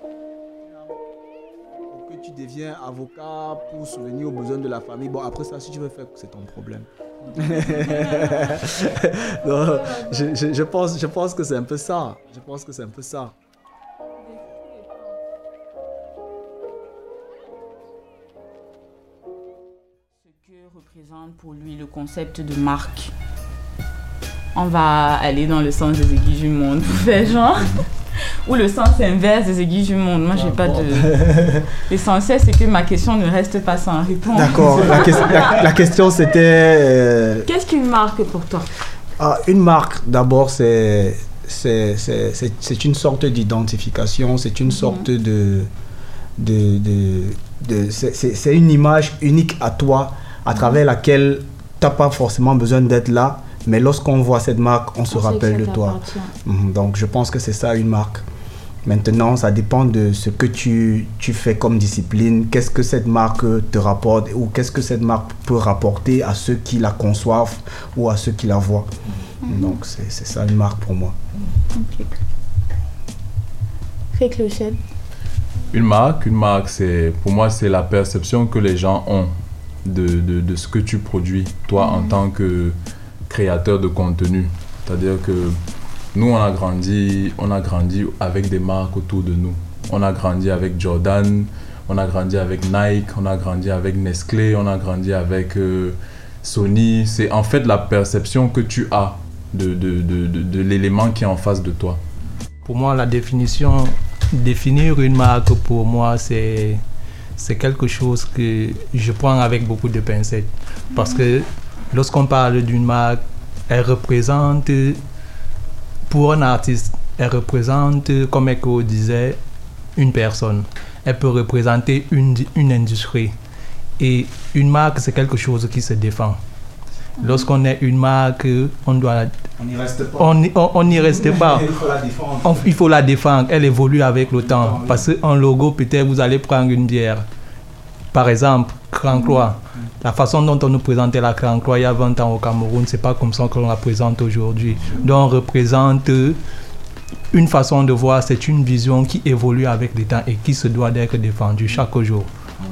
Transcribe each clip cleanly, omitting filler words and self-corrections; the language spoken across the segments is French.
Pour que tu deviens avocat pour souvenir aux besoins de la famille. Bon, après ça, si tu veux faire, c'est ton problème. Non, je pense que c'est un peu ça. Je pense que c'est un peu ça. Ce que représente pour lui le concept de marque. On va aller dans le sens des aiguilles du monde pour faire genre. Ou le sens inverse des aiguilles du monde. Moi, j'ai pas de... L'essentiel, c'est que ma question ne reste pas sans réponse. D'accord. La question, c'était... Qu'est-ce qu'une marque pour toi? Une marque, d'abord, c'est une sorte d'identification. C'est une sorte c'est une image unique à toi, à travers laquelle tu n'as pas forcément besoin d'être là. Mais lorsqu'on voit cette marque, on se rappelle de toi. Donc, je pense que c'est ça, une marque. Maintenant, ça dépend de ce que tu fais comme discipline. Qu'est-ce que cette marque te rapporte ou qu'est-ce que cette marque peut rapporter à ceux qui la conçoivent ou à ceux qui la voient. Donc, c'est ça, une marque pour moi. Ok. Fake Clochette. Une marque, pour moi, c'est la perception que les gens ont de ce que tu produis, toi, en tant que créateur de contenu. C'est-à-dire que nous, on a grandi avec des marques autour de nous. On a grandi avec Jordan, on a grandi avec Nike, on a grandi avec Nestlé, on a grandi avec Sony. C'est en fait la perception que tu as de l'élément qui est en face de toi. Pour moi, définir une marque, pour moi, c'est quelque chose que je prends avec beaucoup de pincettes. Parce que lorsqu'on parle d'une marque, elle représente, pour un artiste, elle représente, comme Eko disait, une personne. Elle peut représenter une industrie. Et une marque, c'est quelque chose qui se défend. Lorsqu'on est une marque, on n'y reste pas. On n'y reste pas. Il faut la défendre. Il faut la défendre. Elle évolue avec le temps. Parce qu'un logo, peut-être, vous allez prendre une bière. Par exemple, Cranclois. La façon dont on nous présentait la Cranclois il y a 20 ans au Cameroun, c'est pas comme ça qu'on la présente aujourd'hui. Donc, on représente une façon de voir, c'est une vision qui évolue avec le temps et qui se doit d'être défendue chaque jour.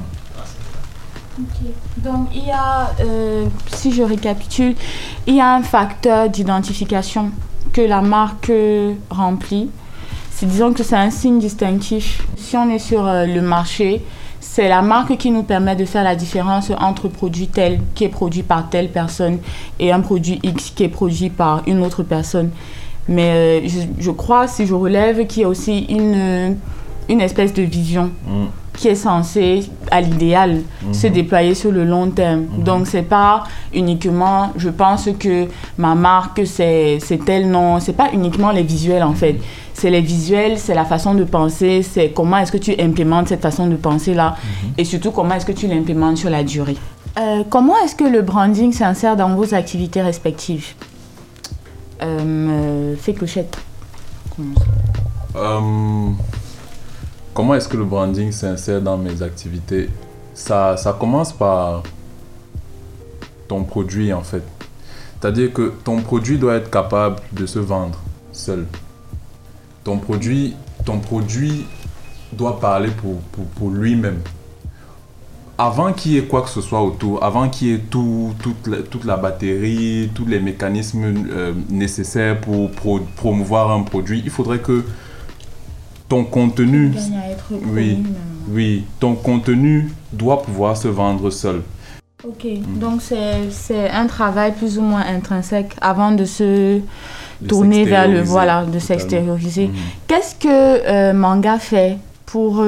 Okay. Donc, il y a, si je récapitule, il y a un facteur d'identification que la marque remplit. Disons que c'est un signe distinctif. Si on est sur le marché, c'est la marque qui nous permet de faire la différence entre produit tel qui est produit par telle personne et un produit X qui est produit par une autre personne. Mais je crois, si je relève, qu'il y a aussi une espèce de vision qui est censée, à l'idéal, se déployer sur le long terme. Donc, c'est pas uniquement, je pense que ma marque, c'est tel nom. C'est pas uniquement les visuels, en fait. C'est les visuels, c'est la façon de penser, c'est comment est-ce que tu implémentes cette façon de penser-là et surtout comment est-ce que tu l'implémentes sur la durée. Comment est-ce que le branding s'insère dans vos activités respectives? Fake Clochette. Comment est-ce que le branding s'insère dans mes activités? Ça commence par ton produit, en fait. C'est-à-dire que ton produit doit être capable de se vendre seul. Ton produit doit parler pour lui-même. Avant qu'il y ait quoi que ce soit autour, avant qu'il y ait toute la batterie, tous les mécanismes nécessaires pour promouvoir un produit, il faudrait que ton contenu, ton contenu doit pouvoir se vendre seul. Ok, donc c'est un travail plus ou moins intrinsèque avant de se tourner vers le de s'extérioriser. Qu'est-ce que Manga fait pour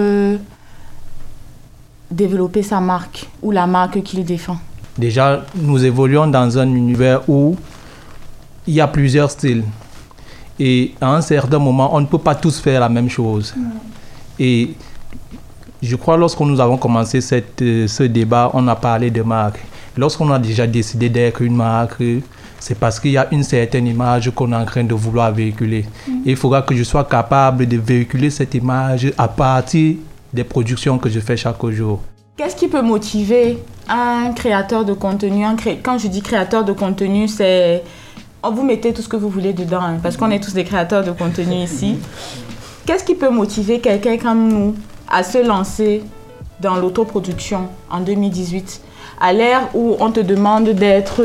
développer sa marque ou la marque qu'il défend? Déjà, nous évoluons dans un univers où il y a plusieurs styles. Et à un certain moment, on ne peut pas tous faire la même chose. Et je crois lorsque nous avons commencé ce débat, on a parlé de marque. Lorsqu'on a déjà décidé d'être une marque, c'est parce qu'il y a une certaine image qu'on est en train de vouloir véhiculer. Et il faudra que je sois capable de véhiculer cette image à partir des productions que je fais chaque jour. Qu'est-ce qui peut motiver un créateur de contenu? Quand je dis créateur de contenu, c'est... Vous mettez tout ce que vous voulez dedans, parce qu'on est tous des créateurs de contenu ici. qu'est-ce qui peut motiver quelqu'un comme nous à se lancer dans l'autoproduction en 2018, à l'ère où on te demande d'être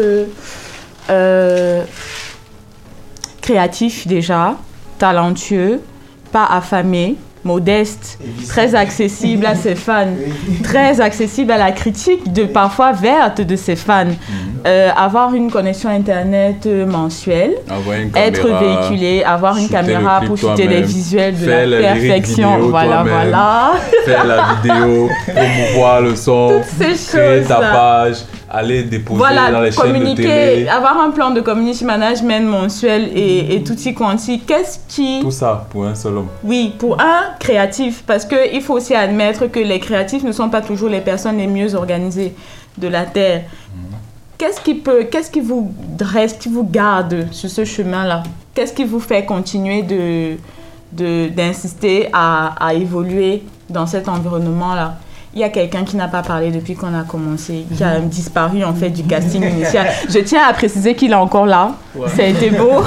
créatif déjà, talentueux, pas affamé, modeste, très accessible à ses fans, très accessible à la critique parfois verte de ses fans, avoir une connexion internet mensuelle, être véhiculé, avoir une caméra pour shooter des visuels de la perfection, voilà. Faire la vidéo, promouvoir le son, créer ta page, aller déposer dans les chaînes de télé. Avoir un plan de community management mensuel et tutti quanti. Tout ça pour un seul homme. Oui, pour un créatif. Parce qu'il faut aussi admettre que les créatifs ne sont pas toujours les personnes les mieux organisées de la Terre. Qu'est-ce qui vous reste, qui vous garde sur ce chemin-là? Qu'est-ce qui vous fait continuer d'insister à évoluer dans cet environnement-là? Il y a quelqu'un qui n'a pas parlé depuis qu'on a commencé, qui a disparu en fait du casting initial. Je tiens à préciser qu'il est encore là. Ouais. Ça a été beau.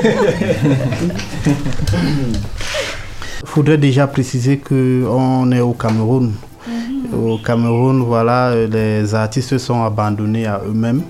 Il faudrait déjà préciser qu'on est au Cameroun. Au Cameroun, voilà, les artistes sont abandonnés à eux-mêmes.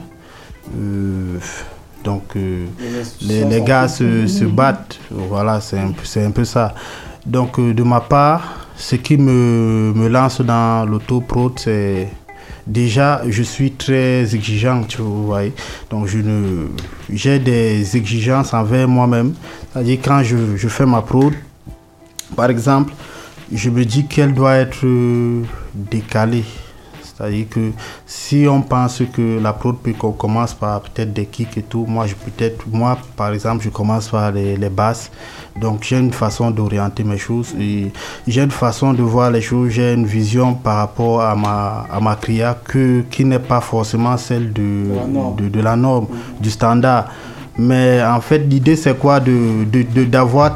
Donc, les gars se battent. Voilà, c'est un peu ça. Donc, de ma part, ce qui me lance dans l'autoprod, c'est déjà, je suis très exigeant, tu vois. Donc, j'ai des exigences envers moi-même. C'est-à-dire, quand je fais ma prod, par exemple, je me dis qu'elle doit être décalée. C'est-à-dire que si on pense que la prod peut qu'on commence par peut-être des kicks et tout, moi par exemple, je commence par les basses. Donc j'ai une façon d'orienter mes choses et j'ai une façon de voir les choses, j'ai une vision par rapport à ma créa qui n'est pas forcément celle de la norme, du standard. Mais en fait, l'idée c'est quoi? D'avoir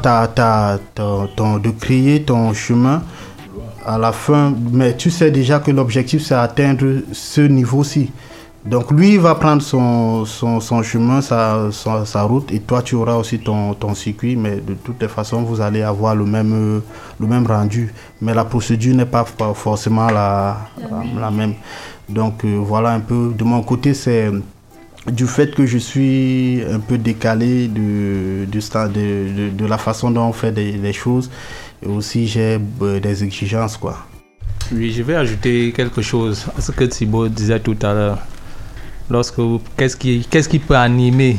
de créer ton chemin à la fin, mais tu sais déjà que l'objectif c'est atteindre ce niveau-ci. Donc lui il va prendre son chemin, sa route, et toi tu auras aussi ton circuit, mais de toutes les façons vous allez avoir le même rendu. Mais la procédure n'est pas forcément la même. Donc voilà un peu, de mon côté c'est du fait que je suis un peu décalé de la façon dont on fait les choses. Et aussi, j'ai des exigences, quoi. Oui, je vais ajouter quelque chose à ce que Thibaut disait tout à l'heure. Qu'est-ce qui peut animer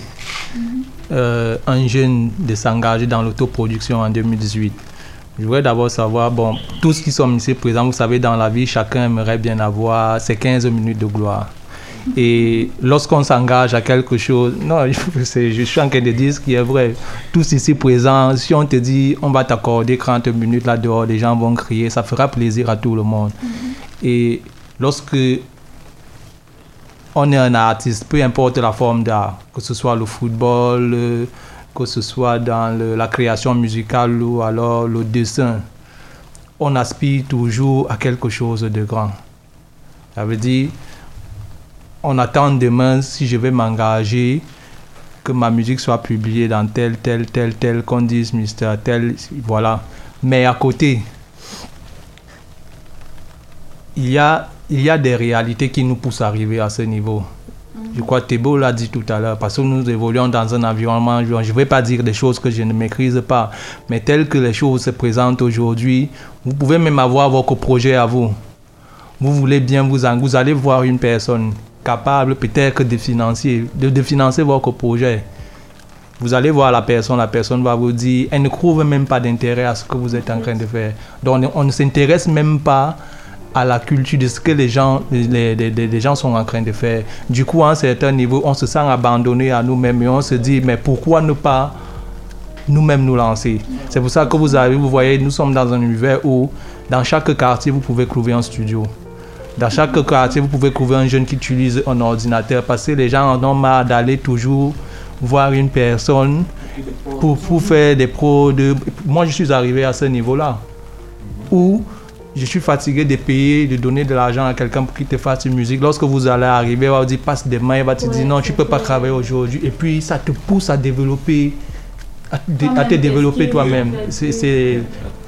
un jeune de s'engager dans l'autoproduction en 2018? Je voudrais d'abord savoir, tous qui sont ici présents, vous savez, dans la vie, chacun aimerait bien avoir ses 15 minutes de gloire. Et lorsqu'on s'engage à quelque chose, je suis en train de dire ce qui est vrai. Tous ici présents, si on te dit on va t'accorder 30 minutes là dehors, les gens vont crier, ça fera plaisir à tout le monde. Et lorsque on est un artiste, peu importe la forme d'art, que ce soit le football, que ce soit dans la création musicale ou alors le dessin, on aspire toujours à quelque chose de grand. Ça veut dire, on attend demain, si je vais m'engager, que ma musique soit publiée dans tel, qu'on dise Mister, tel, voilà. Mais à côté, il y a des réalités qui nous poussent à arriver à ce niveau. Je crois que Thibaut l'a dit tout à l'heure, parce que nous évoluons dans un environnement, je ne vais pas dire des choses que je ne maîtrise pas, mais telles que les choses se présentent aujourd'hui, vous pouvez même avoir votre projet à vous. Vous voulez bien vous allez voir une personne capable peut-être de financer votre projet. Vous allez voir la personne va vous dire, elle ne trouve même pas d'intérêt à ce que vous êtes en train de faire. Donc on ne s'intéresse même pas à la culture de ce que les gens sont en train de faire. Du coup, à un certain niveau, on se sent abandonné à nous-mêmes et on se dit, mais pourquoi ne pas nous-mêmes nous lancer? C'est pour ça que vous voyez, nous sommes dans un univers où, dans chaque quartier, vous pouvez trouver un studio. Dans chaque quartier, vous pouvez trouver un jeune qui utilise un ordinateur parce que les gens en ont marre d'aller toujours voir une personne pour faire des pros. Moi, je suis arrivé à ce niveau-là où je suis fatigué de payer, de donner de l'argent à quelqu'un pour qu'il te fasse une musique. Lorsque vous allez arriver, il va vous dire passe demain, il va te dire non, tu ne peux pas travailler aujourd'hui. Et puis, ça te pousse à développer, à te développer toi-même.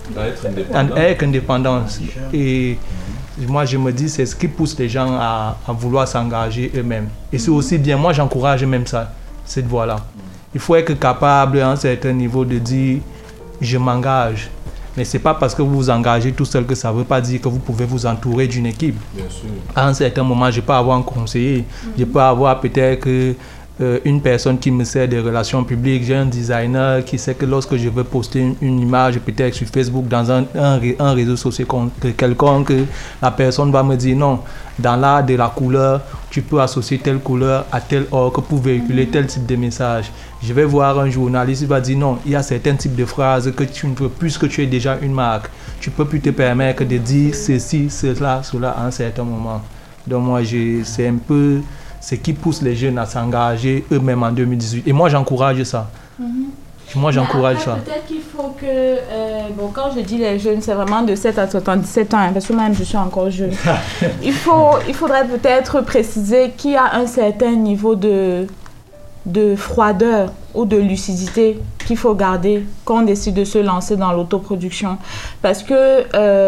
Avec indépendance. Et moi, je me dis, c'est ce qui pousse les gens à vouloir s'engager eux-mêmes. Et c'est aussi bien, moi, j'encourage même ça, cette voie-là. Il faut être capable, à un certain niveau, de dire, je m'engage. Mais ce n'est pas parce que vous vous engagez tout seul que ça ne veut pas dire que vous pouvez vous entourer d'une équipe. Bien sûr. À un certain moment, je peux avoir un conseiller, je peux avoir peut-être une personne qui me sert des relations publiques, j'ai un designer qui sait que lorsque je veux poster une image, peut-être sur Facebook, dans un réseau social quelconque, la personne va me dire non, dans l'art de la couleur, tu peux associer telle couleur à telle orgue pour véhiculer tel type de message. Je vais voir un journaliste, il va dire non, il y a certains types de phrases que tu ne peux plus, que tu es déjà une marque. Tu peux plus te permettre de dire ceci, cela à un certain moment. Donc moi, c'est un peu ce qui pousse les jeunes à s'engager eux-mêmes en 2018. Et moi, j'encourage ça. Moi, j'encourage ça. Peut-être qu'il faut que... quand je dis les jeunes, c'est vraiment de 7 à 77 ans, hein, parce que moi-même, je suis encore jeune. Il faudrait peut-être préciser qu'il y a un certain niveau de froideur ou de lucidité qu'il faut garder quand on décide de se lancer dans l'autoproduction. Parce que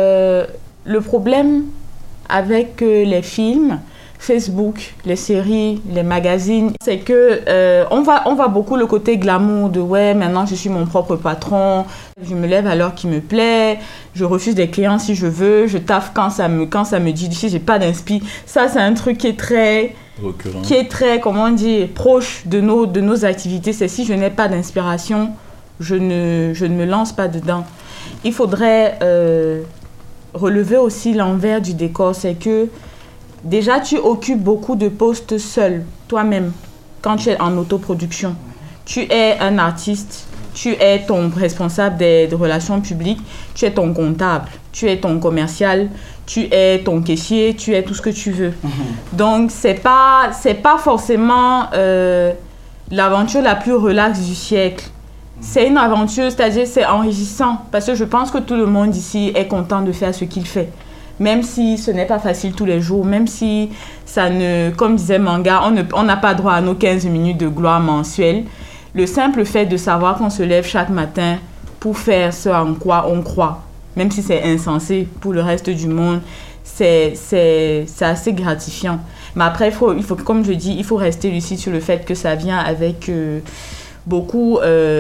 le problème avec les films, Facebook, les séries, les magazines, c'est que on voit beaucoup le côté glamour de ouais, maintenant je suis mon propre patron, je me lève à l'heure qui me plaît, je refuse des clients si je veux, je taffe quand ça me dit si j'ai pas d'inspi. Ça, c'est un truc qui est très recurrent, qui est très, comment dire, proche de nos activités. C'est si je n'ai pas d'inspiration, je ne me lance pas dedans. Il faudrait relever aussi l'envers du décor, c'est que déjà, tu occupes beaucoup de postes seul, toi-même, quand tu es en autoproduction. Tu es un artiste, tu es ton responsable des relations publiques, tu es ton comptable, tu es ton commercial, tu es ton caissier, tu es tout ce que tu veux. Donc, c'est pas forcément l'aventure la plus relaxe du siècle. C'est une aventure, c'est-à-dire c'est enrichissant, parce que je pense que tout le monde ici est content de faire ce qu'il fait. Même si ce n'est pas facile tous les jours, même si ça ne, comme disait Manga, on n'a pas droit à nos 15 minutes de gloire mensuelle. Le simple fait de savoir qu'on se lève chaque matin pour faire ce en quoi on croit, même si c'est insensé pour le reste du monde, c'est assez gratifiant. Mais après, il faut, comme je dis, il faut rester lucide sur le fait que ça vient avec beaucoup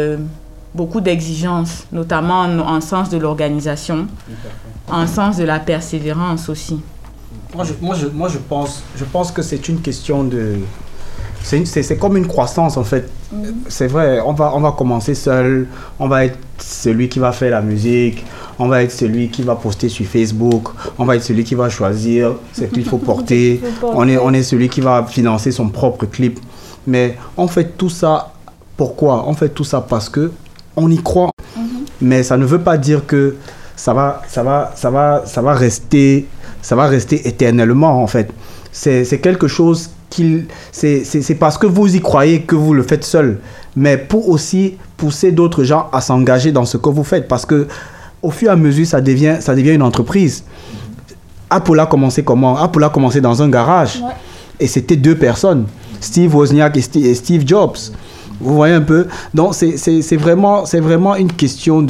d'exigences, notamment en sens de l'organisation. En sens de la persévérance aussi. Moi, je pense que c'est une question de... C'est comme une croissance, en fait. C'est vrai, on va commencer seul, on va être celui qui va faire la musique, on va être celui qui va poster sur Facebook, on va être celui qui va choisir ce qu'il faut porter, on est celui qui va financer son propre clip. Mais on fait tout ça, pourquoi? On fait tout ça parce que on y croit. Mais ça ne veut pas dire que ça va rester éternellement, en fait. C'est quelque chose c'est parce que vous y croyez que vous le faites seul, mais pour aussi pousser d'autres gens à s'engager dans ce que vous faites, parce que au fur et à mesure ça devient une entreprise. Apple a commencé comment? Apple a commencé dans un garage, et c'était 2 personnes, Steve Wozniak et Steve Jobs. Vous voyez un peu? Donc c'est vraiment une question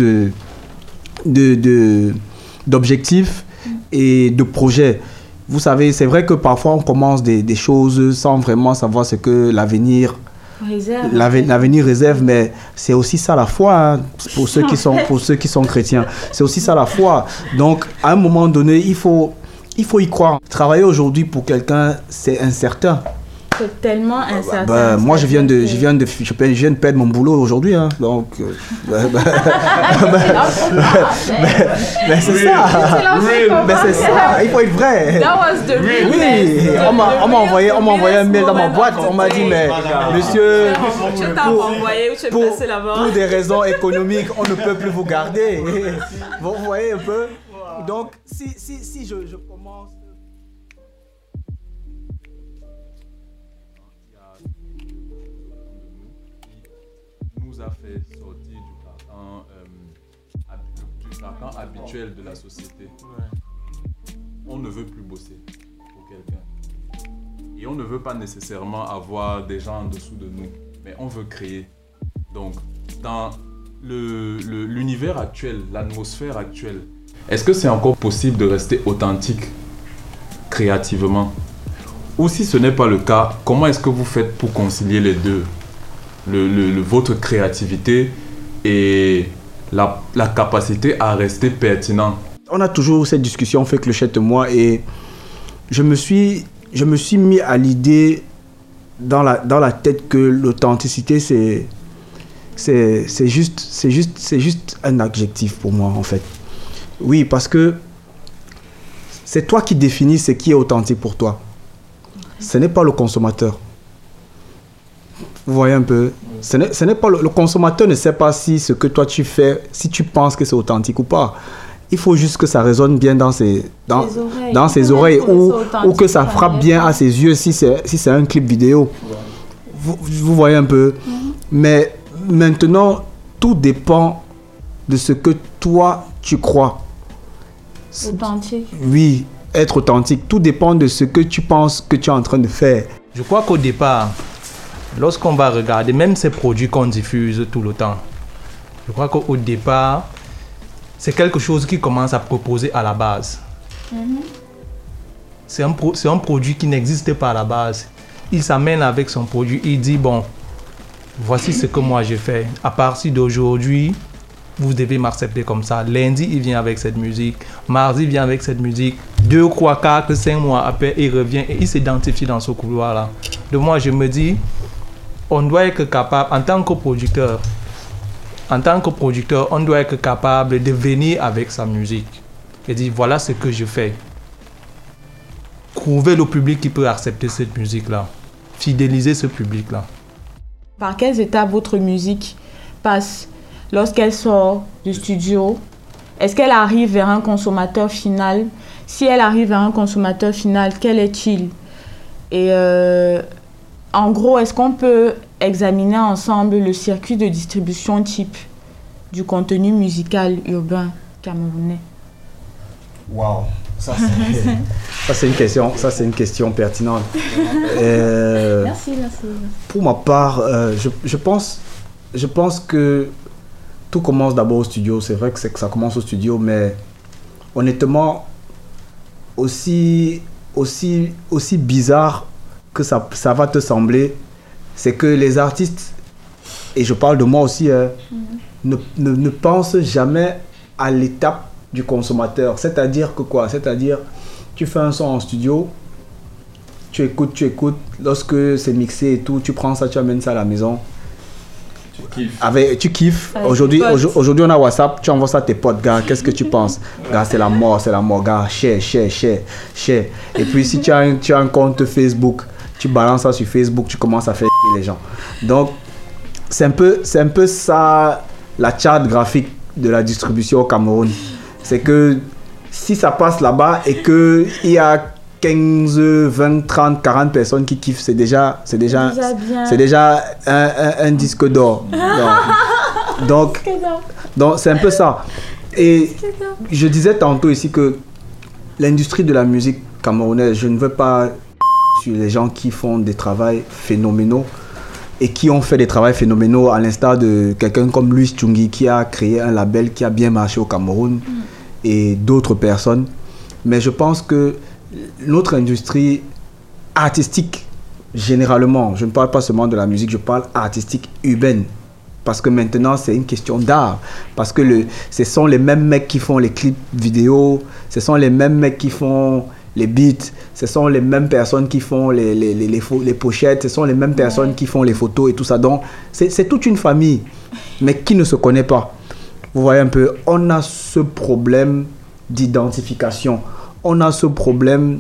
d'objectifs et de projets. Vous savez, c'est vrai que parfois on commence des choses sans vraiment savoir ce que l'avenir réserve, mais c'est aussi ça la foi, hein, pour ceux qui sont chrétiens. C'est aussi ça la foi. Donc à un moment donné, il faut y croire. Travailler aujourd'hui pour quelqu'un, c'est incertain. C'est tellement incertain. Moi, je viens de perdre mon boulot aujourd'hui, hein, donc. Mais c'est ça. Mais c'est ça. Il faut être vrai. Oui. On m'a envoyé un mail dans ma boîte. On m'a dit, mais monsieur, pour des raisons économiques, on ne peut plus vous garder. Vous voyez un peu. Donc, si je commence. A fait sortir du carcan habituel de la société. On ne veut plus bosser pour quelqu'un. Et on ne veut pas nécessairement avoir des gens en dessous de nous, mais on veut créer. Donc, dans l'univers actuel, l'atmosphère actuelle, est-ce que c'est encore possible de rester authentique créativement? Ou si ce n'est pas le cas, comment est-ce que vous faites pour concilier les deux, votre créativité et la capacité à rester pertinent? On a toujours cette discussion, fait Clochette et moi, et je me suis mis à l'idée dans la tête que l'authenticité, c'est juste un adjectif pour moi, en fait. Oui, parce que c'est toi qui définis ce qui est authentique pour toi. Ce n'est pas le consommateur. Vous voyez un peu? Ce n'est pas le consommateur ne sait pas si ce que toi tu fais, si tu penses que c'est authentique ou pas. Il faut juste que ça résonne bien dans ses oreilles ou que ça frappe bien à ses yeux si c'est un clip vidéo. Vous voyez un peu? Mais maintenant, tout dépend de ce que toi tu crois. Authentique. Oui, être authentique. Tout dépend de ce que tu penses que tu es en train de faire. Je crois qu'au départ, lorsqu'on va regarder même ces produits qu'on diffuse tout le temps, je crois qu'au départ, c'est quelque chose qui commence à proposer à la base. C'est un produit qui n'existait pas à la base. Il s'amène avec son produit, il dit bon, voici ce que moi j'ai fait. À partir d'aujourd'hui, vous devez m'accepter comme ça. Lundi, il vient avec cette musique. Mardi, il vient avec cette musique. 2, 3, 4, 5 mois après, il revient et il s'identifie dans ce couloir-là. Donc moi, je me dis, on doit être capable, en tant que producteur, on doit être capable de venir avec sa musique et dire, voilà ce que je fais. Trouver le public qui peut accepter cette musique-là. Fidéliser ce public-là. Par quelles étapes votre musique passe lorsqu'elle sort du studio? Est-ce qu'elle arrive vers un consommateur final? Si elle arrive vers un consommateur final, quel est-il? Et en gros, est-ce qu'on peut examiner ensemble le circuit de distribution type du contenu musical urbain camerounais? Waouh, ça c'est une question pertinente. Merci. Pour ma part, je pense que tout commence d'abord au studio. C'est vrai que ça commence au studio, mais honnêtement, aussi bizarre que ça va te sembler, c'est que les artistes, et je parle de moi aussi, ne pensent jamais à l'étape du consommateur. C'est-à-dire que quoi? C'est-à-dire, tu fais un son en studio, tu écoutes, lorsque c'est mixé et tout, tu prends ça, tu amènes ça à la maison. Tu kiffes. Aujourd'hui, on a WhatsApp, tu envoies ça à tes potes, gars, qu'est-ce que tu penses? Gars, c'est la mort, gars, share. Et puis, si tu as un compte Facebook, tu balances ça sur Facebook, tu commences à faire les gens. Donc, c'est un peu ça, la charte graphique de la distribution au Cameroun. C'est que si ça passe là-bas et qu'il y a 15, 20, 30, 40 personnes qui kiffent, c'est déjà un disque d'or. Donc c'est un peu ça. Et je disais tantôt ici que l'industrie de la musique camerounaise, je ne veux pas sur les gens qui font des travaux phénoménaux et qui ont fait des travaux phénoménaux, à l'instar de quelqu'un comme Louis Tchungi qui a créé un label qui a bien marché au Cameroun et d'autres personnes. Mais je pense que notre industrie artistique, généralement, je ne parle pas seulement de la musique, je parle artistique urbaine. Parce que maintenant, c'est une question d'art. Parce que ce sont les mêmes mecs qui font les clips vidéo, ce sont les mêmes mecs qui font les beats, ce sont les mêmes personnes qui font les pochettes, ce sont les mêmes personnes qui font les photos et tout ça. Donc, c'est toute une famille, mais qui ne se connaît pas. Vous voyez un peu, on a ce problème d'identification. On a ce problème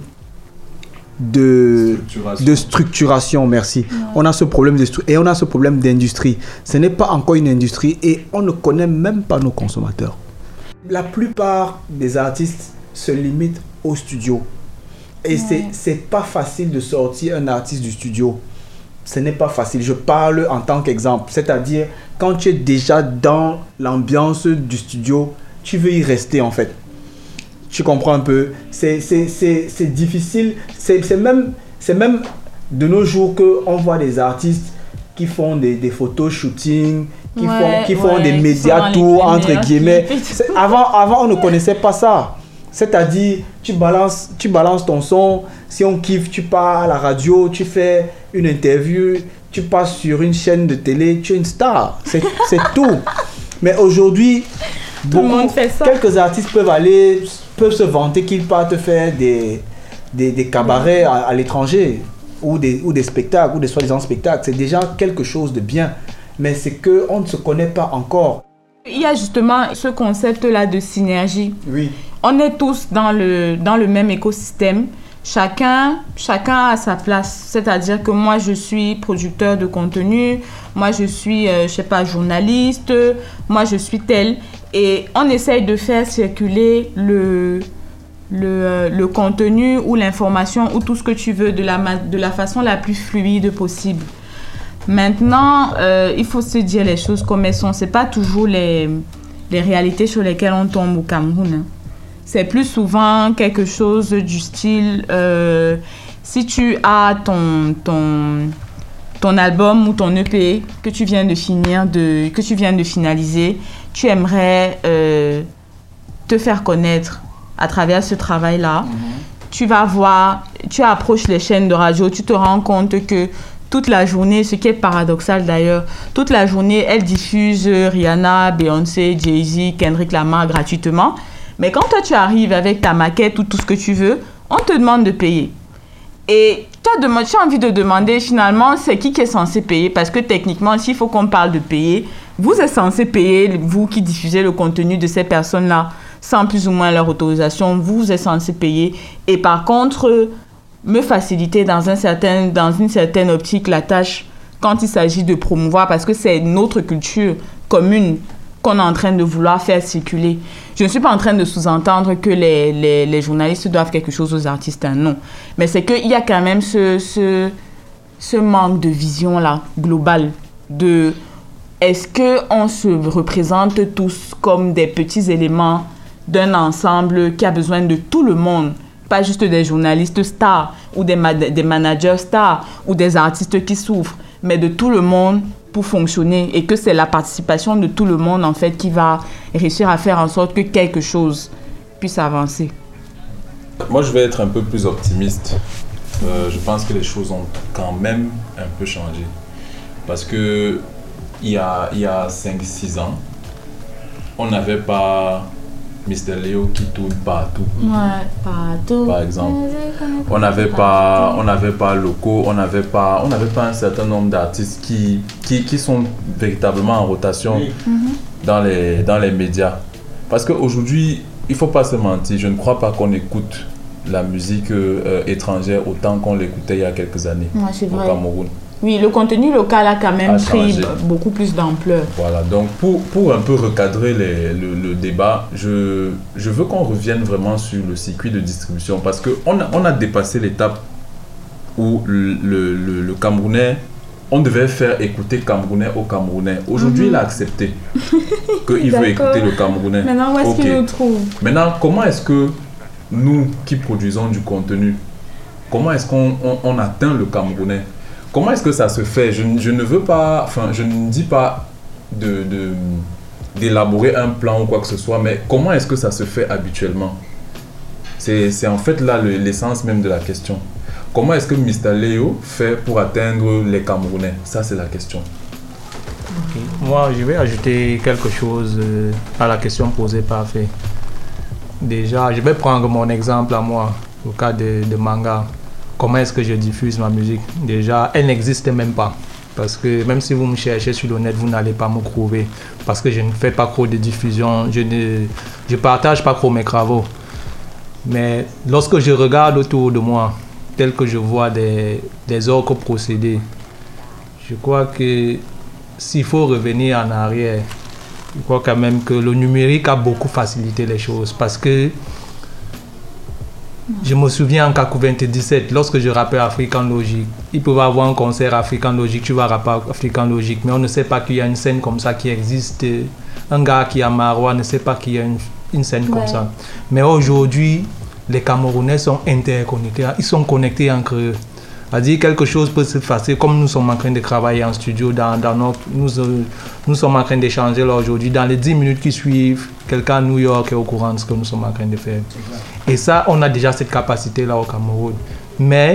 de structuration, merci. Ouais. On a ce problème et on a ce problème d'industrie. Ce n'est pas encore une industrie et on ne connaît même pas nos consommateurs. La plupart des artistes se limitent au studio. Et c'est pas facile de sortir un artiste du studio. Ce n'est pas facile. Je parle en tant qu'exemple. C'est-à-dire, quand tu es déjà dans l'ambiance du studio, tu veux y rester en fait. Tu comprends un peu, c'est difficile, c'est même de nos jours qu'on voit des artistes qui font des photos shooting, qui font des médias tours, entre guillemets. Avant, on ne connaissait pas ça. C'est-à-dire, tu balances ton son, si on kiffe, tu pars à la radio, tu fais une interview, tu passes sur une chaîne de télé, tu es une star. C'est tout. Mais aujourd'hui, tout le monde fait ça. Quelques artistes peuvent se vanter qu'ils partent faire des cabarets à l'étranger ou des spectacles, ou des soi-disant spectacles. C'est déjà quelque chose de bien. Mais c'est qu'on ne se connaît pas encore. Il y a justement ce concept-là de synergie. Oui. On est tous dans le même écosystème. Chacun a sa place. C'est-à-dire que moi, je suis producteur de contenu. Moi, je suis, journaliste. Moi, je suis tel. Et on essaye de faire circuler le contenu ou l'information ou tout ce que tu veux de la façon la plus fluide possible. Maintenant, il faut se dire les choses comme elles sont. Ce n'est pas toujours les réalités sur lesquelles on tombe au Cameroun. Hein. C'est plus souvent quelque chose du style, si tu as ton album ou ton EP que tu viens de finaliser, tu aimerais te faire connaître à travers ce travail-là. Tu vas voir, tu approches les chaînes de radio, tu te rends compte que toute la journée, ce qui est paradoxal d'ailleurs, toute la journée, elles diffusent Rihanna, Beyoncé, Jay-Z, Kendrick Lamar gratuitement. Mais quand toi, tu arrives avec ta maquette ou tout ce que tu veux, on te demande de payer. Et tu as envie de demander finalement, c'est qui est censé payer? Parce que techniquement, s'il faut qu'on parle de payer, vous êtes censé payer, vous qui diffusez le contenu de ces personnes-là, sans plus ou moins leur autorisation, vous êtes censé payer. Et par contre, me faciliter dans une certaine optique la tâche quand il s'agit de promouvoir, parce que c'est notre culture commune qu'on est en train de vouloir faire circuler. Je ne suis pas en train de sous-entendre que les journalistes doivent quelque chose aux artistes, hein, non. Mais c'est qu'il y a quand même ce manque de vision-là, globale, de est-ce qu'on se représente tous comme des petits éléments d'un ensemble qui a besoin de tout le monde, pas juste des journalistes stars ou des managers stars ou des artistes qui souffrent, mais de tout le monde pour fonctionner, et que c'est la participation de tout le monde en fait qui va réussir à faire en sorte que quelque chose puisse avancer. Moi, je vais être un peu plus optimiste. Je pense que les choses ont quand même un peu changé. Parce que il y a 5-6 ans, on n'avait pas Mr. Léo qui tourne partout. Ouais, partout. Par exemple. On n'avait pas Loco, on n'avait pas un certain nombre d'artistes qui sont véritablement en rotation dans les médias. Parce qu'aujourd'hui, il ne faut pas se mentir, je ne crois pas qu'on écoute la musique étrangère autant qu'on l'écoutait il y a quelques années au Cameroun. Oui, le contenu local a quand même pris beaucoup plus d'ampleur. Voilà, donc pour un peu recadrer le débat, je veux qu'on revienne vraiment sur le circuit de distribution, parce qu'on a dépassé l'étape où le Camerounais, on devait faire écouter Camerounais au Camerounais. Aujourd'hui, il a accepté qu'il veut écouter le Camerounais. Maintenant, où est-ce qu'il nous trouve? Maintenant, comment est-ce que nous qui produisons du contenu, comment est-ce qu'on atteint le Camerounais? Comment est-ce que ça se fait? Je ne veux pas, je ne dis pas d'élaborer un plan ou quoi que ce soit, mais comment est-ce que ça se fait habituellement? C'est en fait là l'essence même de la question. Comment est-ce que Mr. Léo fait pour atteindre les Camerounais? Ça, c'est la question. Okay. Moi, je vais ajouter quelque chose à la question posée par Fé. Déjà, je vais prendre mon exemple à moi, au cas de Manga. Comment est-ce que je diffuse ma musique? Déjà, elle n'existe même pas. Parce que même si vous me cherchez sur le net, vous n'allez pas me trouver. Parce que je ne fais pas trop de diffusion, je ne partage pas trop mes travaux. Mais lorsque je regarde autour de moi, tel que je vois des autres procédés, je crois que s'il faut revenir en arrière, je crois quand même que le numérique a beaucoup facilité les choses. Parce que je me souviens en 1997, lorsque je rappais African Logic, il pouvait avoir un concert African Logic, tu vas rapper African Logic, mais on ne sait pas qu'il y a une scène comme ça qui existe. Un gars qui est à Marois ne sait pas qu'il y a une scène comme ça. Mais aujourd'hui, les Camerounais sont interconnectés, ils sont connectés entre eux. C'est-à-dire quelque chose peut se passer comme nous sommes en train de travailler en studio, nous sommes en train d'échanger là aujourd'hui. Dans les 10 minutes qui suivent, quelqu'un à New York est au courant de ce que nous sommes en train de faire. Et ça, on a déjà cette capacité-là au Cameroun. Mais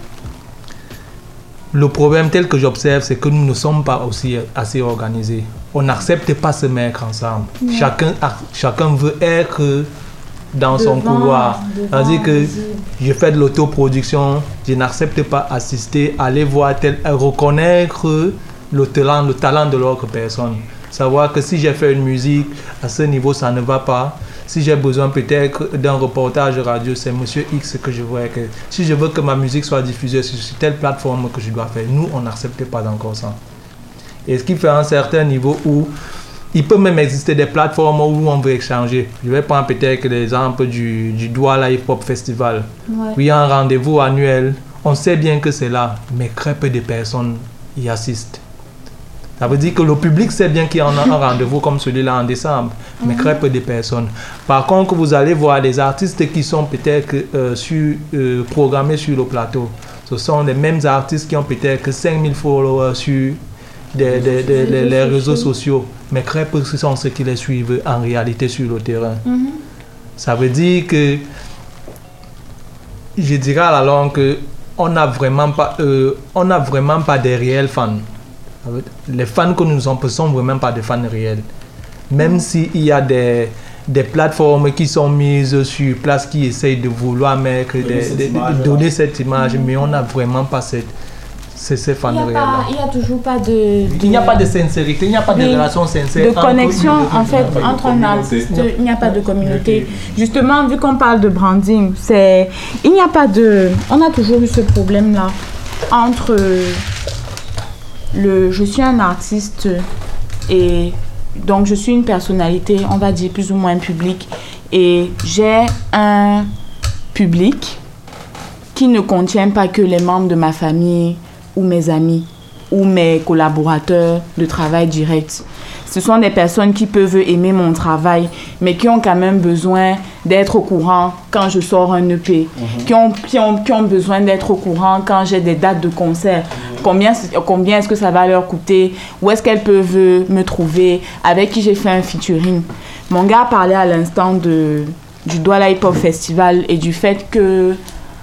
le problème tel que j'observe, c'est que nous ne sommes pas aussi assez organisés. On n'accepte pas se mettre ensemble. Chacun veut être dans son couloir. C'est-à-dire que je fais de l'autoproduction, je n'accepte pas assister, aller voir reconnaître le talent de l'autre personne. Savoir que si j'ai fait une musique, à ce niveau, ça ne va pas. Si j'ai besoin peut-être d'un reportage radio, c'est Monsieur X que je vois. Si je veux que ma musique soit diffusée sur telle plateforme que je dois faire, nous, on n'accepte pas encore ça. Et ce qui fait un certain niveau où il peut même exister des plateformes où on veut échanger. Je vais prendre peut-être l'exemple du Douala Hip Hop Festival. Ouais. Il y a un rendez-vous annuel. On sait bien que c'est là, mais très peu de personnes y assistent. Ça veut dire que le public sait bien qu'il y a un rendez-vous comme celui-là en décembre, mais très peu de personnes. Par contre, vous allez voir des artistes qui sont peut-être programmés sur le plateau. Ce sont les mêmes artistes qui ont peut-être 5000 followers sur les réseaux sociaux, mais très peu sont ceux qui les suivent en réalité sur le terrain. Ça veut dire que, je dirais à la longue, on n'a vraiment pas des réels fans. Les fans que nous avons sont vraiment pas des fans réels. Même s'il y a des plateformes qui sont mises sur place qui essayent de vouloir donner cette image, mais on n'a vraiment pas ces fans réels. Il n'y a toujours pas de... Il n'y a pas de sincérité, il n'y a pas de relation sincère. De connexion, en fait, entre un artiste, il n'y a pas de communauté. Justement, vu qu'on parle de branding, il n'y a pas de... On a toujours eu ce problème-là entre... je suis un artiste et donc je suis une personnalité, on va dire plus ou moins publique, et j'ai un public qui ne contient pas que les membres de ma famille ou mes amis ou mes collaborateurs de travail direct. Ce sont des personnes qui peuvent aimer mon travail, mais qui ont quand même besoin d'être au courant quand je sors un EP, qui ont besoin d'être au courant quand j'ai des dates de concert. Combien est-ce que ça va leur coûter? Où est-ce qu'elles peuvent me trouver? Avec qui j'ai fait un featuring? Mon gars parlait à l'instant du Douala Hip Hop Festival et du fait que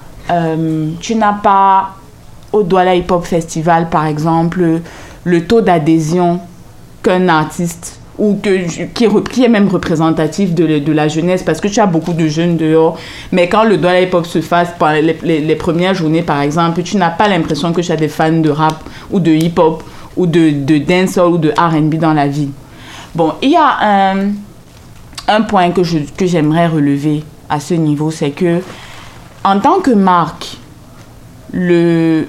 tu n'as pas au Douala Hip Hop Festival, par exemple, le taux d'adhésion qu'un artiste ou qui est même représentatif de la jeunesse, parce que tu as beaucoup de jeunes dehors, mais quand le Douala Hip Hop se fasse pendant les premières journées, par exemple, tu n'as pas l'impression que tu as des fans de rap ou de hip-hop ou de dancehall ou de R&B dans la vie. Bon, il y a un point que j'aimerais relever à ce niveau, c'est que en tant que marque, la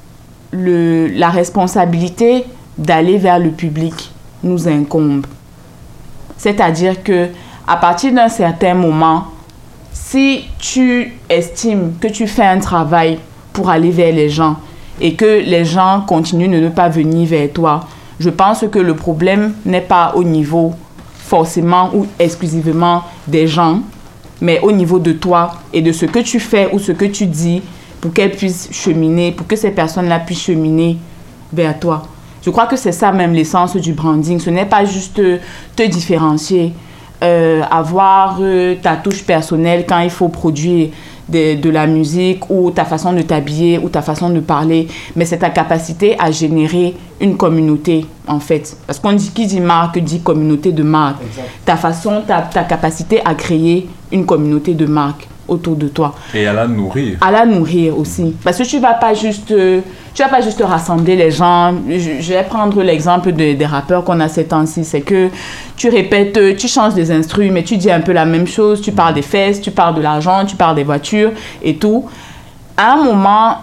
responsabilité d'aller vers le public nous incombe. C'est-à-dire que à partir d'un certain moment, si tu estimes que tu fais un travail pour aller vers les gens et que les gens continuent de ne pas venir vers toi, je pense que le problème n'est pas au niveau forcément ou exclusivement des gens, mais au niveau de toi et de ce que tu fais ou ce que tu dis pour qu'elles puissent cheminer, pour que ces personnes-là puissent cheminer vers toi. Je crois que c'est ça même l'essence du branding. Ce n'est pas juste te différencier, avoir ta touche personnelle quand il faut produire de la musique ou ta façon de t'habiller ou ta façon de parler, mais c'est ta capacité à générer une communauté en fait. Parce qui dit marque dit communauté de marque. Exact. Ta capacité à créer une communauté de marque autour de toi. Et à la nourrir. À la nourrir aussi. Parce que tu vas pas juste rassembler les gens. Je vais prendre l'exemple des rappeurs qu'on a ces temps-ci. C'est que tu répètes, tu changes des instruments, mais tu dis un peu la même chose. Tu parles des fesses, tu parles de l'argent, tu parles des voitures et tout. À un moment,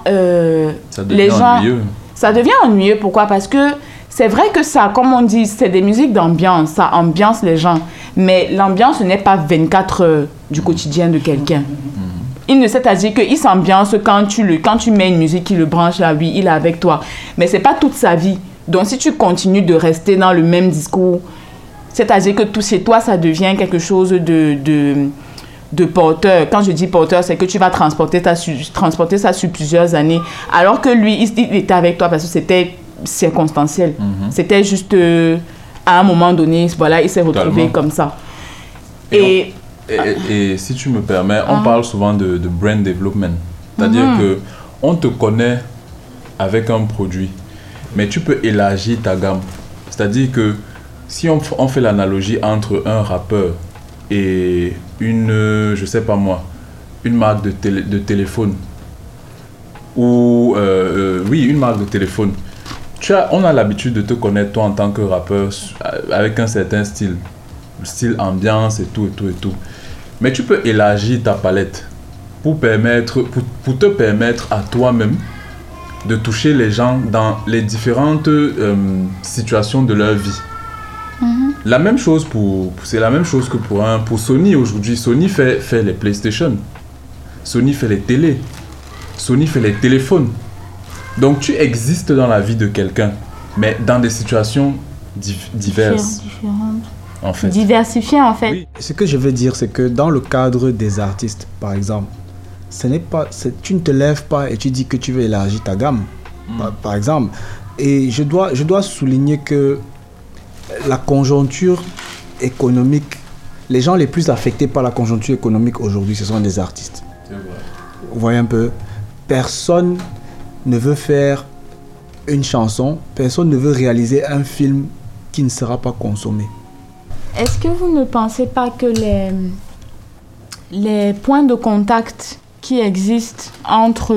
ça devient ennuyeux. Pourquoi? Parce que c'est vrai que ça, comme on dit, c'est des musiques d'ambiance. Ça ambiance les gens. Mais l'ambiance n'est pas 24 heures du quotidien de quelqu'un. C'est-à-dire qu'il s'ambiance quand tu mets une musique qui le branche là, oui, il est avec toi. Mais ce n'est pas toute sa vie. Donc si tu continues de rester dans le même discours, c'est-à-dire que tout chez toi, ça devient quelque chose de porteur. Quand je dis porteur, c'est que tu vas transporter ça sur plusieurs années. Alors que lui, il était avec toi parce que c'était circonstanciel. C'était juste à un moment donné, voilà, il s'est retrouvé comme ça. Et si tu me permets, on parle souvent de brand development. C'est-à-dire que on te connaît avec un produit, mais tu peux élargir ta gamme. C'est-à-dire que si on fait l'analogie entre un rappeur et une, je sais pas moi, une marque de téléphone, ou oui, une marque de téléphone, on a l'habitude de te connaître toi en tant que rappeur avec un certain style ambiance et tout. Mais tu peux élargir ta palette pour te permettre à toi-même de toucher les gens dans les différentes situations de leur vie. La même chose c'est la même chose que pour Sony aujourd'hui. Sony fait les PlayStation, Sony fait les télés, Sony fait les téléphones. Donc tu existes dans la vie de quelqu'un, mais dans des situations diverses. Différentes. En fait. Diversifiées en fait. Oui. Ce que je veux dire, c'est que dans le cadre des artistes, par exemple, tu ne te lèves pas et tu dis que tu veux élargir ta gamme, par exemple. Et je dois souligner que la conjoncture économique, les gens les plus affectés par la conjoncture économique aujourd'hui, ce sont les artistes. C'est vrai. Vous voyez un peu, personne ne veut faire une chanson, personne ne veut réaliser un film qui ne sera pas consommé. Est-ce que vous ne pensez pas que les points de contact qui existent entre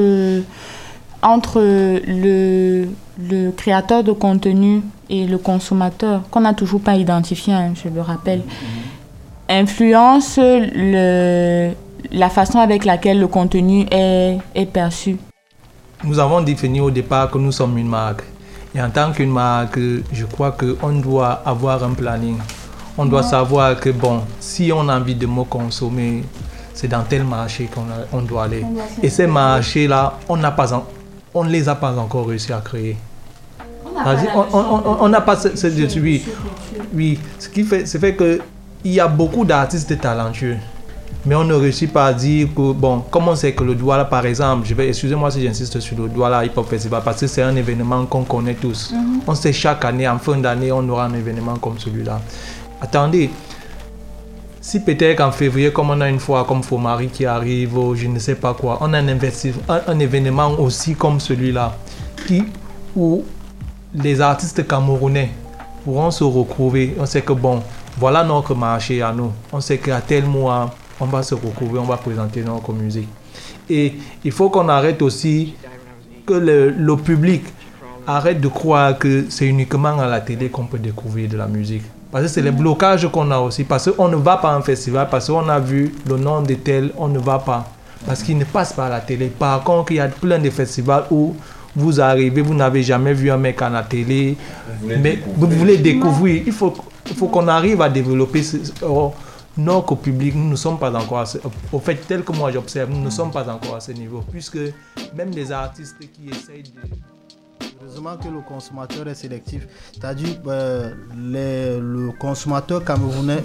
le créateur de contenu et le consommateur, qu'on n'a toujours pas identifié, je le rappelle, influencent la façon avec laquelle le contenu est perçu? Nous avons défini au départ que nous sommes une marque. Et en tant qu'une marque, je crois qu'on doit avoir un planning. On doit savoir que, bon, si on a envie de me consommer, c'est dans tel marché qu'on doit aller. Et ces marchés-là, on ne les a pas encore réussi à créer. On n'a pas oui, ce qui fait qu'il y a beaucoup d'artistes talentueux. Mais on ne réussit pas à dire que, bon, comme on sait que le Douala, par exemple, excusez-moi si j'insiste sur le Douala Hip Hop Festival, parce que c'est un événement qu'on connaît tous. On sait chaque année, en fin d'année, on aura un événement comme celui-là. Attendez, si peut-être qu'en février, comme on a une fois comme Fomari qui arrive, ou je ne sais pas quoi, on a un événement aussi comme celui-là, où les artistes camerounais pourront se retrouver. On sait que, bon, voilà notre marché à nous. On sait qu'à tel mois, on va se retrouver, on va présenter notre musique. Et il faut qu'on arrête aussi que le public arrête de croire que c'est uniquement à la télé qu'on peut découvrir de la musique. Parce que c'est les blocages qu'on a aussi. Parce qu'on ne va pas à un festival, parce qu'on a vu le nom de tel, on ne va pas. Parce qu'il ne passe pas à la télé. Par contre, il y a plein de festivals où vous arrivez, vous n'avez jamais vu un mec à la télé, mais vous voulez découvrir. Il faut qu'on arrive à développer notre public. Nous ne sommes pas encore à ce, au fait, tel que moi j'observe, nous ne sommes pas encore à ce niveau, puisque même les artistes qui essayent de... Heureusement que le consommateur est sélectif. C'est-à-dire le consommateur camerounais,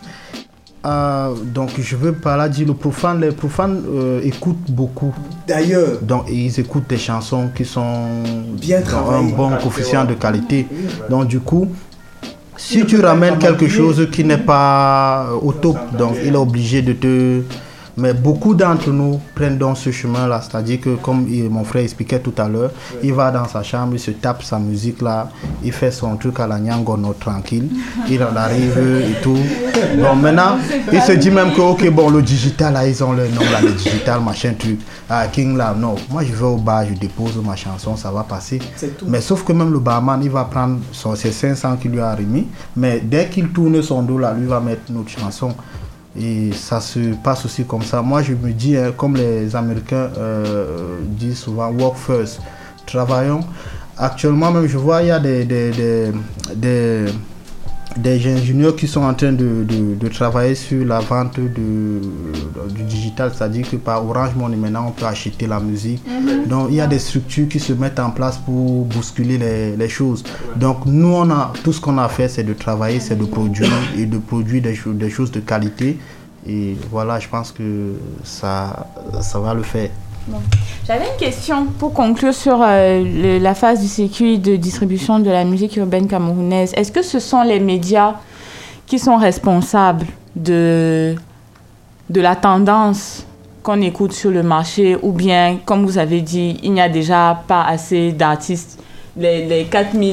donc je veux par là dire les profanes écoutent beaucoup. D'ailleurs. Donc ils écoutent des chansons qui sont bien dans un bon coefficient de qualité. Donc du coup, si tu ramènes quelque chose qui n'est pas au top, donc il est obligé de te... Mais beaucoup d'entre nous prennent donc ce chemin-là, c'est-à-dire que comme mon frère expliquait tout à l'heure, il va dans sa chambre, il se tape sa musique là, il fait son truc à la Nyangono tranquille, il en arrive et tout. Bon maintenant, il se dit même que ok bon le digital là, ils ont le nom là, le digital machin truc, King là, non, moi je vais au bar, je dépose ma chanson, ça va passer. Mais sauf que même le barman, il va prendre ses 500 qu'il lui a remis, mais dès qu'il tourne son dos là, lui va mettre notre chanson. Et ça se passe aussi comme ça. Moi je me dis, comme les Américains disent souvent, work first, travaillons. Actuellement même je vois il y a des ingénieurs qui sont en train de travailler sur la vente du digital, c'est-à-dire que par Orange Money maintenant on peut acheter la musique. Donc il y a des structures qui se mettent en place pour bousculer les choses. Donc nous tout ce qu'on a fait c'est de travailler, c'est de produire et de produire des choses de qualité Et voilà, je pense que ça va le faire. Bon. J'avais une question pour conclure sur la phase du circuit de distribution de la musique urbaine camerounaise. Est-ce que ce sont les médias qui sont responsables de la tendance qu'on écoute sur le marché, ou bien, comme vous avez dit, il n'y a déjà pas assez d'artistes, les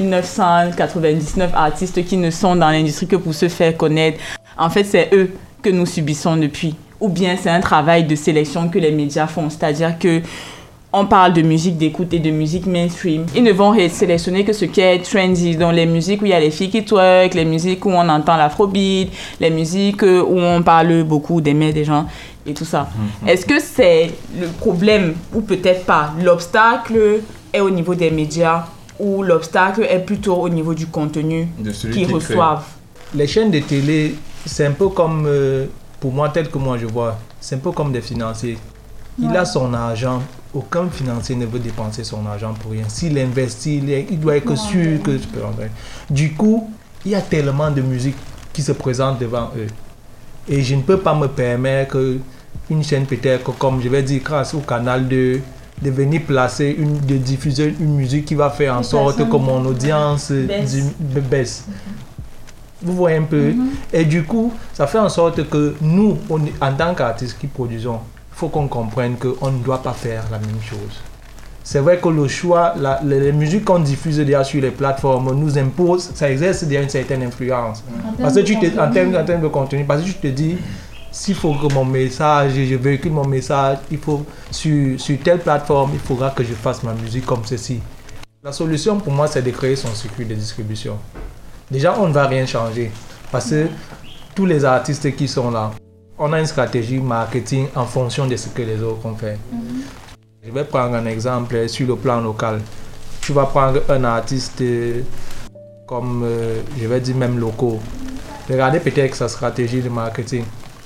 4999 artistes qui ne sont dans l'industrie que pour se faire connaître, en fait, c'est eux que nous subissons depuis. Ou bien c'est un travail de sélection que les médias font, c'est-à-dire que on parle de musique d'écoute et de musique mainstream. Ils ne vont sélectionner que ce qui est trendy, donc les musiques où il y a les filles qui twerk, les musiques où on entend l'afrobeat, les musiques où on parle beaucoup des mères des gens et tout ça. Est-ce que c'est le problème, ou peut-être pas, l'obstacle est au niveau des médias, ou l'obstacle est plutôt au niveau du contenu qu'ils reçoivent? Les chaînes de télé, c'est un peu comme, pour moi, tel que moi je vois, c'est un peu comme des financiers. Il a son argent, aucun financier ne veut dépenser son argent pour rien. S'il investit, il doit être sûr que tu peux rentrer. Du coup, il y a tellement de musique qui se présente devant eux. Et je ne peux pas me permettre qu'une chaîne peut-être, comme je vais dire, grâce au canal de venir placer, de diffuser une musique qui va faire en sorte que mon audience baisse. Vous voyez un peu. Et du coup, ça fait en sorte que nous, en tant qu'artistes qui produisons, il faut qu'on comprenne qu'on ne doit pas faire la même chose. C'est vrai que le choix, les musiques qu'on diffuse déjà sur les plateformes nous impose, ça exerce déjà une certaine influence. Parce que en termes de contenu, parce que tu te dis, s'il faut que mon message, je véhicule mon message, il faut sur telle plateforme, il faudra que je fasse ma musique comme ceci. La solution pour moi, c'est de créer son circuit de distribution. Déjà, on ne va rien changer parce que tous les artistes qui sont là, on a une stratégie marketing en fonction de ce que les autres ont fait. Je vais prendre un exemple sur le plan local. Tu vas prendre un artiste comme, je vais dire même locaux. Regardez peut-être sa stratégie de marketing.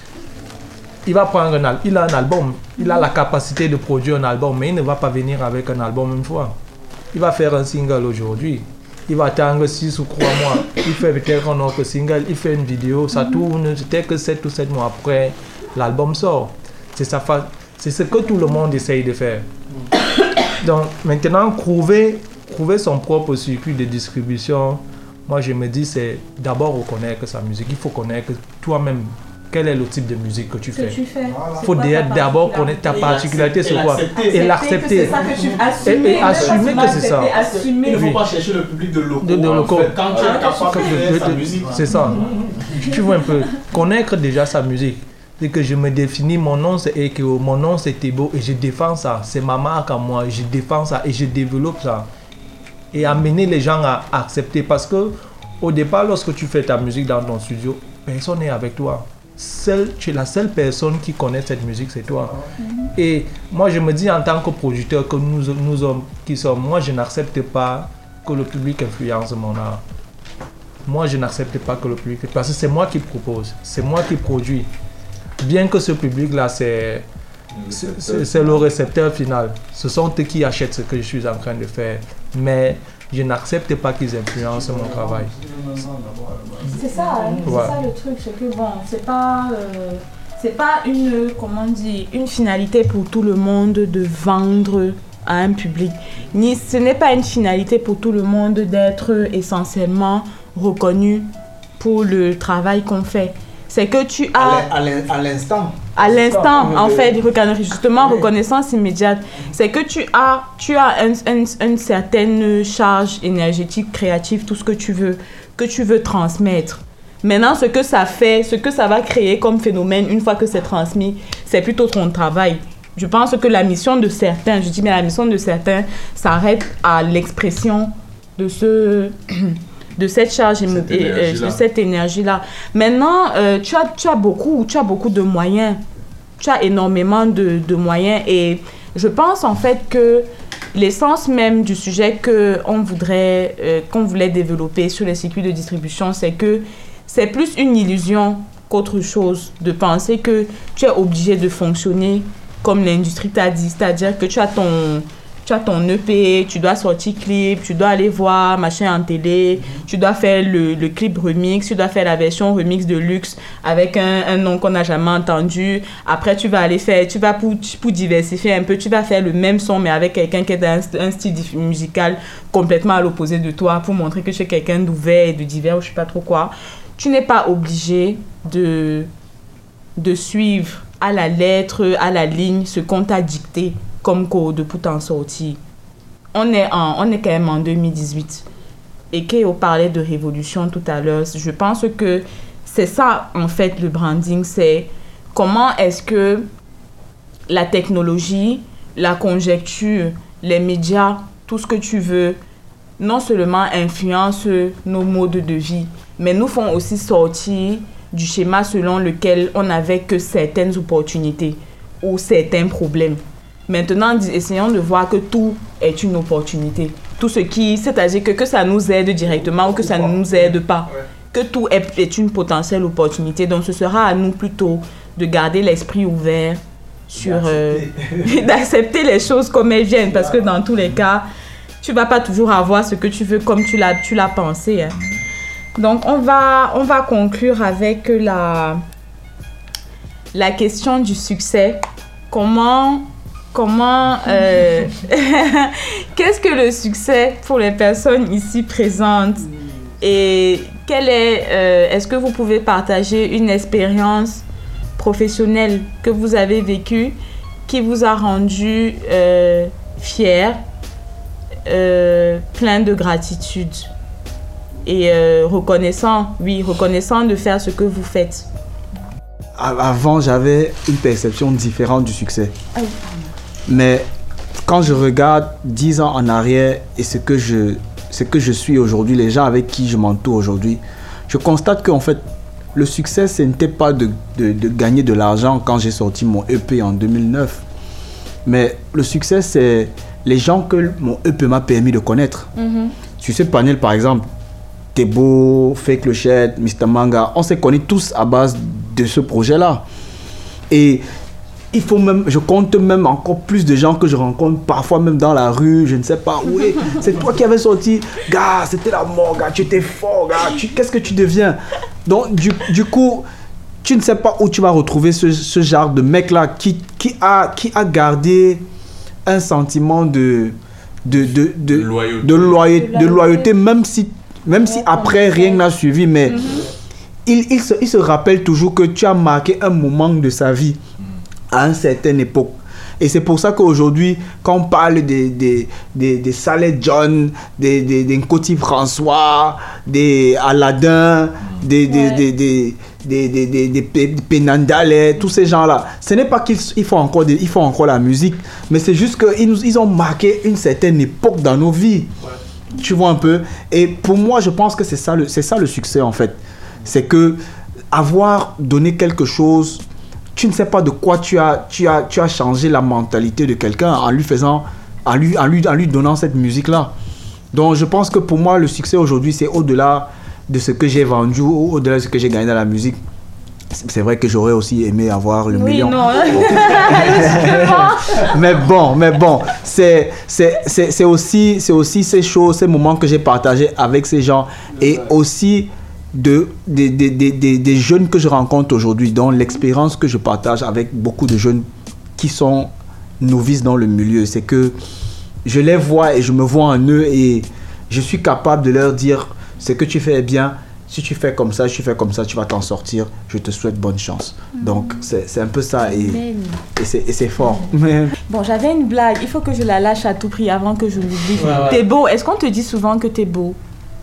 Il va prendre il a un album, il a la capacité de produire un album, mais il ne va pas venir avec un album une fois. Il va faire un single aujourd'hui. Il va attendre 6 ou 3 mois. Il fait peut-être un autre single, il fait une vidéo, ça tourne, peut-être que 7 ou 7 mois après, l'album sort. C'est ce que tout le monde essaye de faire. Donc maintenant, trouver son propre circuit de distribution, moi je me dis, c'est d'abord reconnaître sa musique. Il faut connaître toi-même quel est le type de musique que tu fais. Il faut d'abord connaître ta particularité, c'est quoi. Et l'accepter. Et assumer que c'est ça. Il ne faut pas chercher le public de locaux. Quand tu es capable de faire sa musique. C'est ça. Tu vois un peu. Connaître déjà sa musique. C'est que je me définis, mon nom c'est Ekeo, mon nom c'est Thébo et je défends ça. C'est ma marque à moi, je défends ça et je développe ça. Et amener les gens à accepter. Parce que au départ, lorsque tu fais ta musique dans ton studio, personne n'est avec toi. Tu es la seule personne qui connaît cette musique, c'est toi. Et moi, je me dis en tant que producteur que nous hommes qui sommes, moi, je n'accepte pas que le public influence mon art. Moi, je n'accepte pas que le public... Parce que c'est moi qui propose, c'est moi qui produis. Bien que ce public-là, c'est le récepteur final. Ce sont eux qui achètent ce que je suis en train de faire. Mais je n'accepte pas qu'ils influencent mon travail. C'est ça, hein, c'est ça le truc, c'est que bon, c'est pas une finalité pour tout le monde de vendre à un public. Ce n'est pas une finalité pour tout le monde d'être essentiellement reconnu pour le travail qu'on fait. C'est que tu as... À l'instant. À l'instant, en fait, justement, reconnaissance immédiate. C'est que tu as une certaine charge énergétique, créative, tout ce que tu veux transmettre. Maintenant, ce que ça fait, ce que ça va créer comme phénomène, une fois que c'est transmis, c'est plutôt ton travail. Je pense que la mission de certains, je dis bien la mission de certains, s'arrête à l'expression de cette charge, de cette énergie-là. Maintenant, tu as beaucoup de moyens. Tu as énormément de moyens. Et je pense en fait que l'essence même du sujet qu'on voulait développer sur les circuits de distribution, c'est que c'est plus une illusion qu'autre chose de penser que tu es obligé de fonctionner comme l'industrie t'a dit. C'est-à-dire que tu as tu as ton EP, tu dois sortir clip, tu dois aller voir machin en télé, tu dois faire le clip remix, tu dois faire la version remix de luxe avec un nom qu'on n'a jamais entendu. Après, tu vas aller faire, tu vas pour diversifier un peu, tu vas faire le même son mais avec quelqu'un qui est dans un style musical complètement à l'opposé de toi pour montrer que tu es quelqu'un d'ouvert et de divers ou je sais pas trop quoi. Tu n'es pas obligé de suivre à la lettre, à la ligne, ce qu'on t'a dicté comme code pour t'en sortir. On est quand même en 2018. Et Keo parlait de révolution tout à l'heure. Je pense que c'est ça, en fait, le branding. C'est comment est-ce que la technologie, la conjecture, les médias, tout ce que tu veux, non seulement influencent nos modes de vie, mais nous font aussi sortir du schéma selon lequel on n'avait que certaines opportunités ou certains problèmes. Maintenant, essayons de voir que tout est une opportunité. Tout ce qui, c'est-à-dire que ça nous aide directement ou que ça ne nous aide pas. Que tout est une potentielle opportunité. Donc, ce sera à nous plutôt de garder l'esprit ouvert sur... d'accepter les choses comme elles viennent. Parce que dans tous les cas, tu ne vas pas toujours avoir ce que tu veux comme tu l'as pensé. Hein. Donc, on va conclure avec la question du succès. Qu'est-ce que le succès pour les personnes ici présentes? Et est-ce que vous pouvez partager une expérience professionnelle que vous avez vécue qui vous a rendu fier, plein de gratitude et reconnaissant de faire ce que vous faites? Avant, j'avais une perception différente du succès. Mais quand je regarde 10 ans en arrière et ce que je suis aujourd'hui, les gens avec qui je m'entoure aujourd'hui, je constate qu'en fait, le succès, ce n'était pas de gagner de l'argent quand j'ai sorti mon EP en 2009. Mais le succès, c'est les gens que mon EP m'a permis de connaître. Sur ce panel, par exemple, Tebo, Fake Le Chet, Mr. Manga, on s'est connus tous à base de ce projet-là. Et je compte même encore plus de gens que je rencontre parfois même dans la rue, je ne sais pas où. C'est toi qui avais sorti, gars, c'était la mort, gars, tu étais fort, gars, qu'est-ce que tu deviens? Donc du coup, tu ne sais pas où tu vas retrouver ce genre de mec-là qui a gardé un sentiment de loyauté, même si après rien n'a suivi, mais il se rappelle toujours que tu as marqué un moment de sa vie à une certaine époque. Et c'est pour ça qu'aujourd'hui, quand on parle des Saleh John, des Nkoti François, des Aladdin, des Penandale, tous ces gens-là, ce n'est pas qu'ils font encore la musique, mais c'est juste qu'ils ont marqué une certaine époque dans nos vies. Tu vois un peu. Et pour moi, je pense que c'est ça le succès, en fait. C'est que avoir donné quelque chose, tu ne sais pas de quoi tu as changé la mentalité de quelqu'un en lui donnant cette musique-là. Donc, je pense que pour moi, le succès aujourd'hui, c'est au-delà de ce que j'ai vendu ou au-delà de ce que j'ai gagné dans la musique. C'est vrai que j'aurais aussi aimé avoir le million. Non. mais bon, c'est aussi ces choses, ces moments que j'ai partagés avec ces gens et aussi des jeunes que je rencontre aujourd'hui, dont l'expérience que je partage avec beaucoup de jeunes qui sont novices dans le milieu. C'est que je les vois et je me vois en eux et je suis capable de leur dire ce que tu fais est bien. Si tu fais comme ça, tu vas t'en sortir. Je te souhaite bonne chance. Donc, c'est un peu ça et c'est fort. Bon, j'avais une blague. Il faut que je la lâche à tout prix avant que je l'oublie. Ouais. T'es beau. Est-ce qu'on te dit souvent que t'es beau?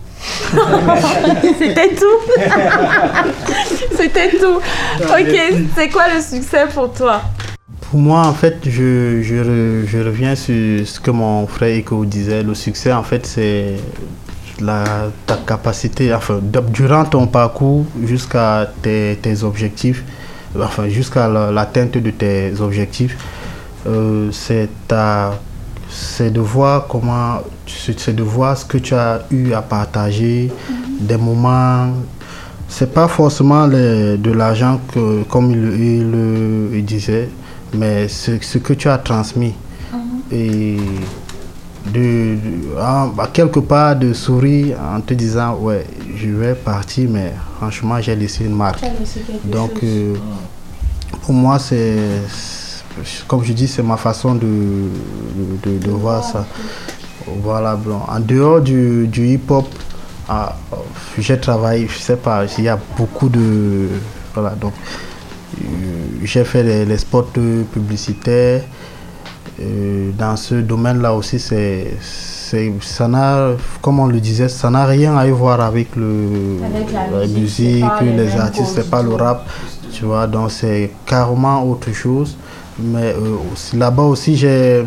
C'était tout. C'était tout. Ok, c'est quoi le succès pour toi? Pour moi, en fait, je reviens sur ce que mon frère Eko disait. Le succès, en fait, c'est ta capacité, enfin, durant ton parcours jusqu'à tes objectifs, enfin, jusqu'à l'atteinte de tes objectifs, c'est de voir ce que tu as eu à partager, des moments. C'est pas forcément de l'argent comme il disait, mais ce que tu as transmis. Et quelque part de sourire en te disant ouais, je vais partir, mais franchement j'ai laissé une marque. Donc pour moi c'est comme je dis, c'est ma façon de voir ça. Voilà, bon. En dehors du hip-hop, j'ai travaillé, je sais pas, il y a beaucoup de... Voilà, donc j'ai fait les spots publicitaires. Dans ce domaine-là aussi, ça n'a, comme on le disait, ça n'a rien à y voir avec la musique, les artistes, c'est pas le rap, tu vois, donc c'est carrément autre chose. Mais là-bas aussi, j'ai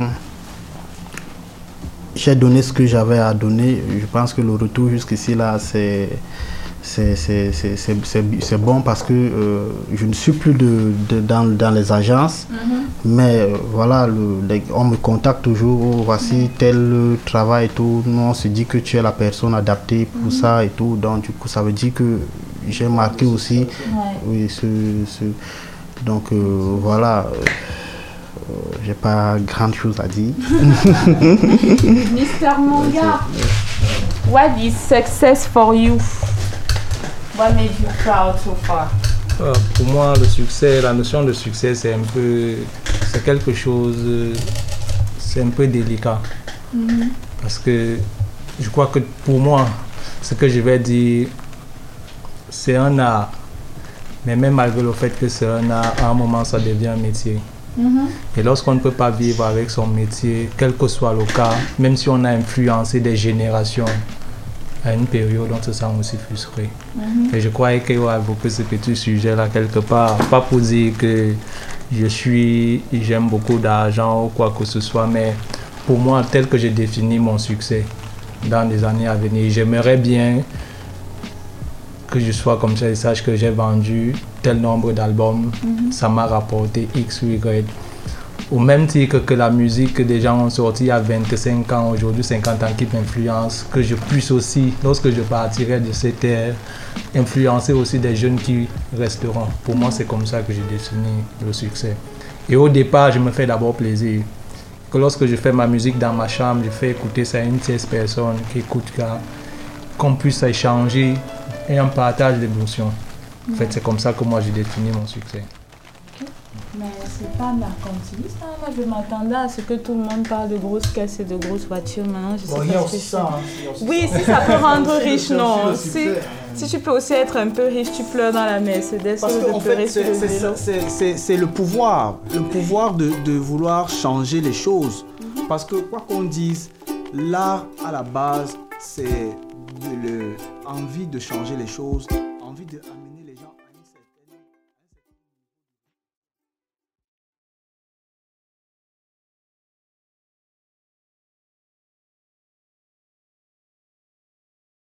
donné ce que j'avais à donner. Je pense que le retour jusqu'ici, là, c'est bon parce que je ne suis plus dans les agences. Mais voilà, on me contacte toujours, voici tel travail et tout. Nous, on se dit que tu es la personne adaptée pour ça et tout. Donc, du coup, ça veut dire que j'ai marqué aussi oui, donc, voilà. J'ai pas grand chose à dire. Mr. Manga, what is success for you? What made you proud so far? Pour moi, le succès, la notion de succès, c'est quelque chose, c'est un peu délicat. Parce que je crois que pour moi, ce que je vais dire, c'est un art. Mais même malgré le fait que c'est un art, à un moment, ça devient un métier. Et lorsqu'on ne peut pas vivre avec son métier, quel que soit le cas, même si on a influencé des générations, à une période, on se sent aussi frustré. Et je crois qu'il y a beaucoup ce petit sujet-là quelque part, pas pour dire que j'aime beaucoup d'argent ou quoi que ce soit, mais pour moi, tel que j'ai défini mon succès dans les années à venir, j'aimerais bien que je sois comme ça et sache que j'ai vendu tel nombre d'albums, ça m'a rapporté X ou Y. Au même titre que la musique que des gens ont sorti il y a 25 ans, aujourd'hui 50 ans qui m'influencent, que je puisse aussi, lorsque je partirai de cette terre, influencer aussi des jeunes qui resteront. Pour moi, c'est comme ça que j'ai défini le succès. Et au départ, je me fais d'abord plaisir. Que lorsque je fais ma musique dans ma chambre, je fais écouter ça à une tierce personne qui écoute ça, qu'on puisse échanger et un partage d'émotions. En fait, c'est comme ça que moi j'ai défini mon succès. Mais c'est pas mercantiliste, hein. Moi je m'attendais à ce que tout le monde parle de grosses caisses et de grosses voitures. Maintenant je sais pas ce que c'est. Oui, si ça peut rendre riche, non. Si tu peux aussi être un peu riche, tu pleures dans la Mercedes. Parce qu'en fait, c'est le pouvoir de vouloir changer les choses. Parce que quoi qu'on dise, l'art à la base, c'est l'envie de changer les choses, envie de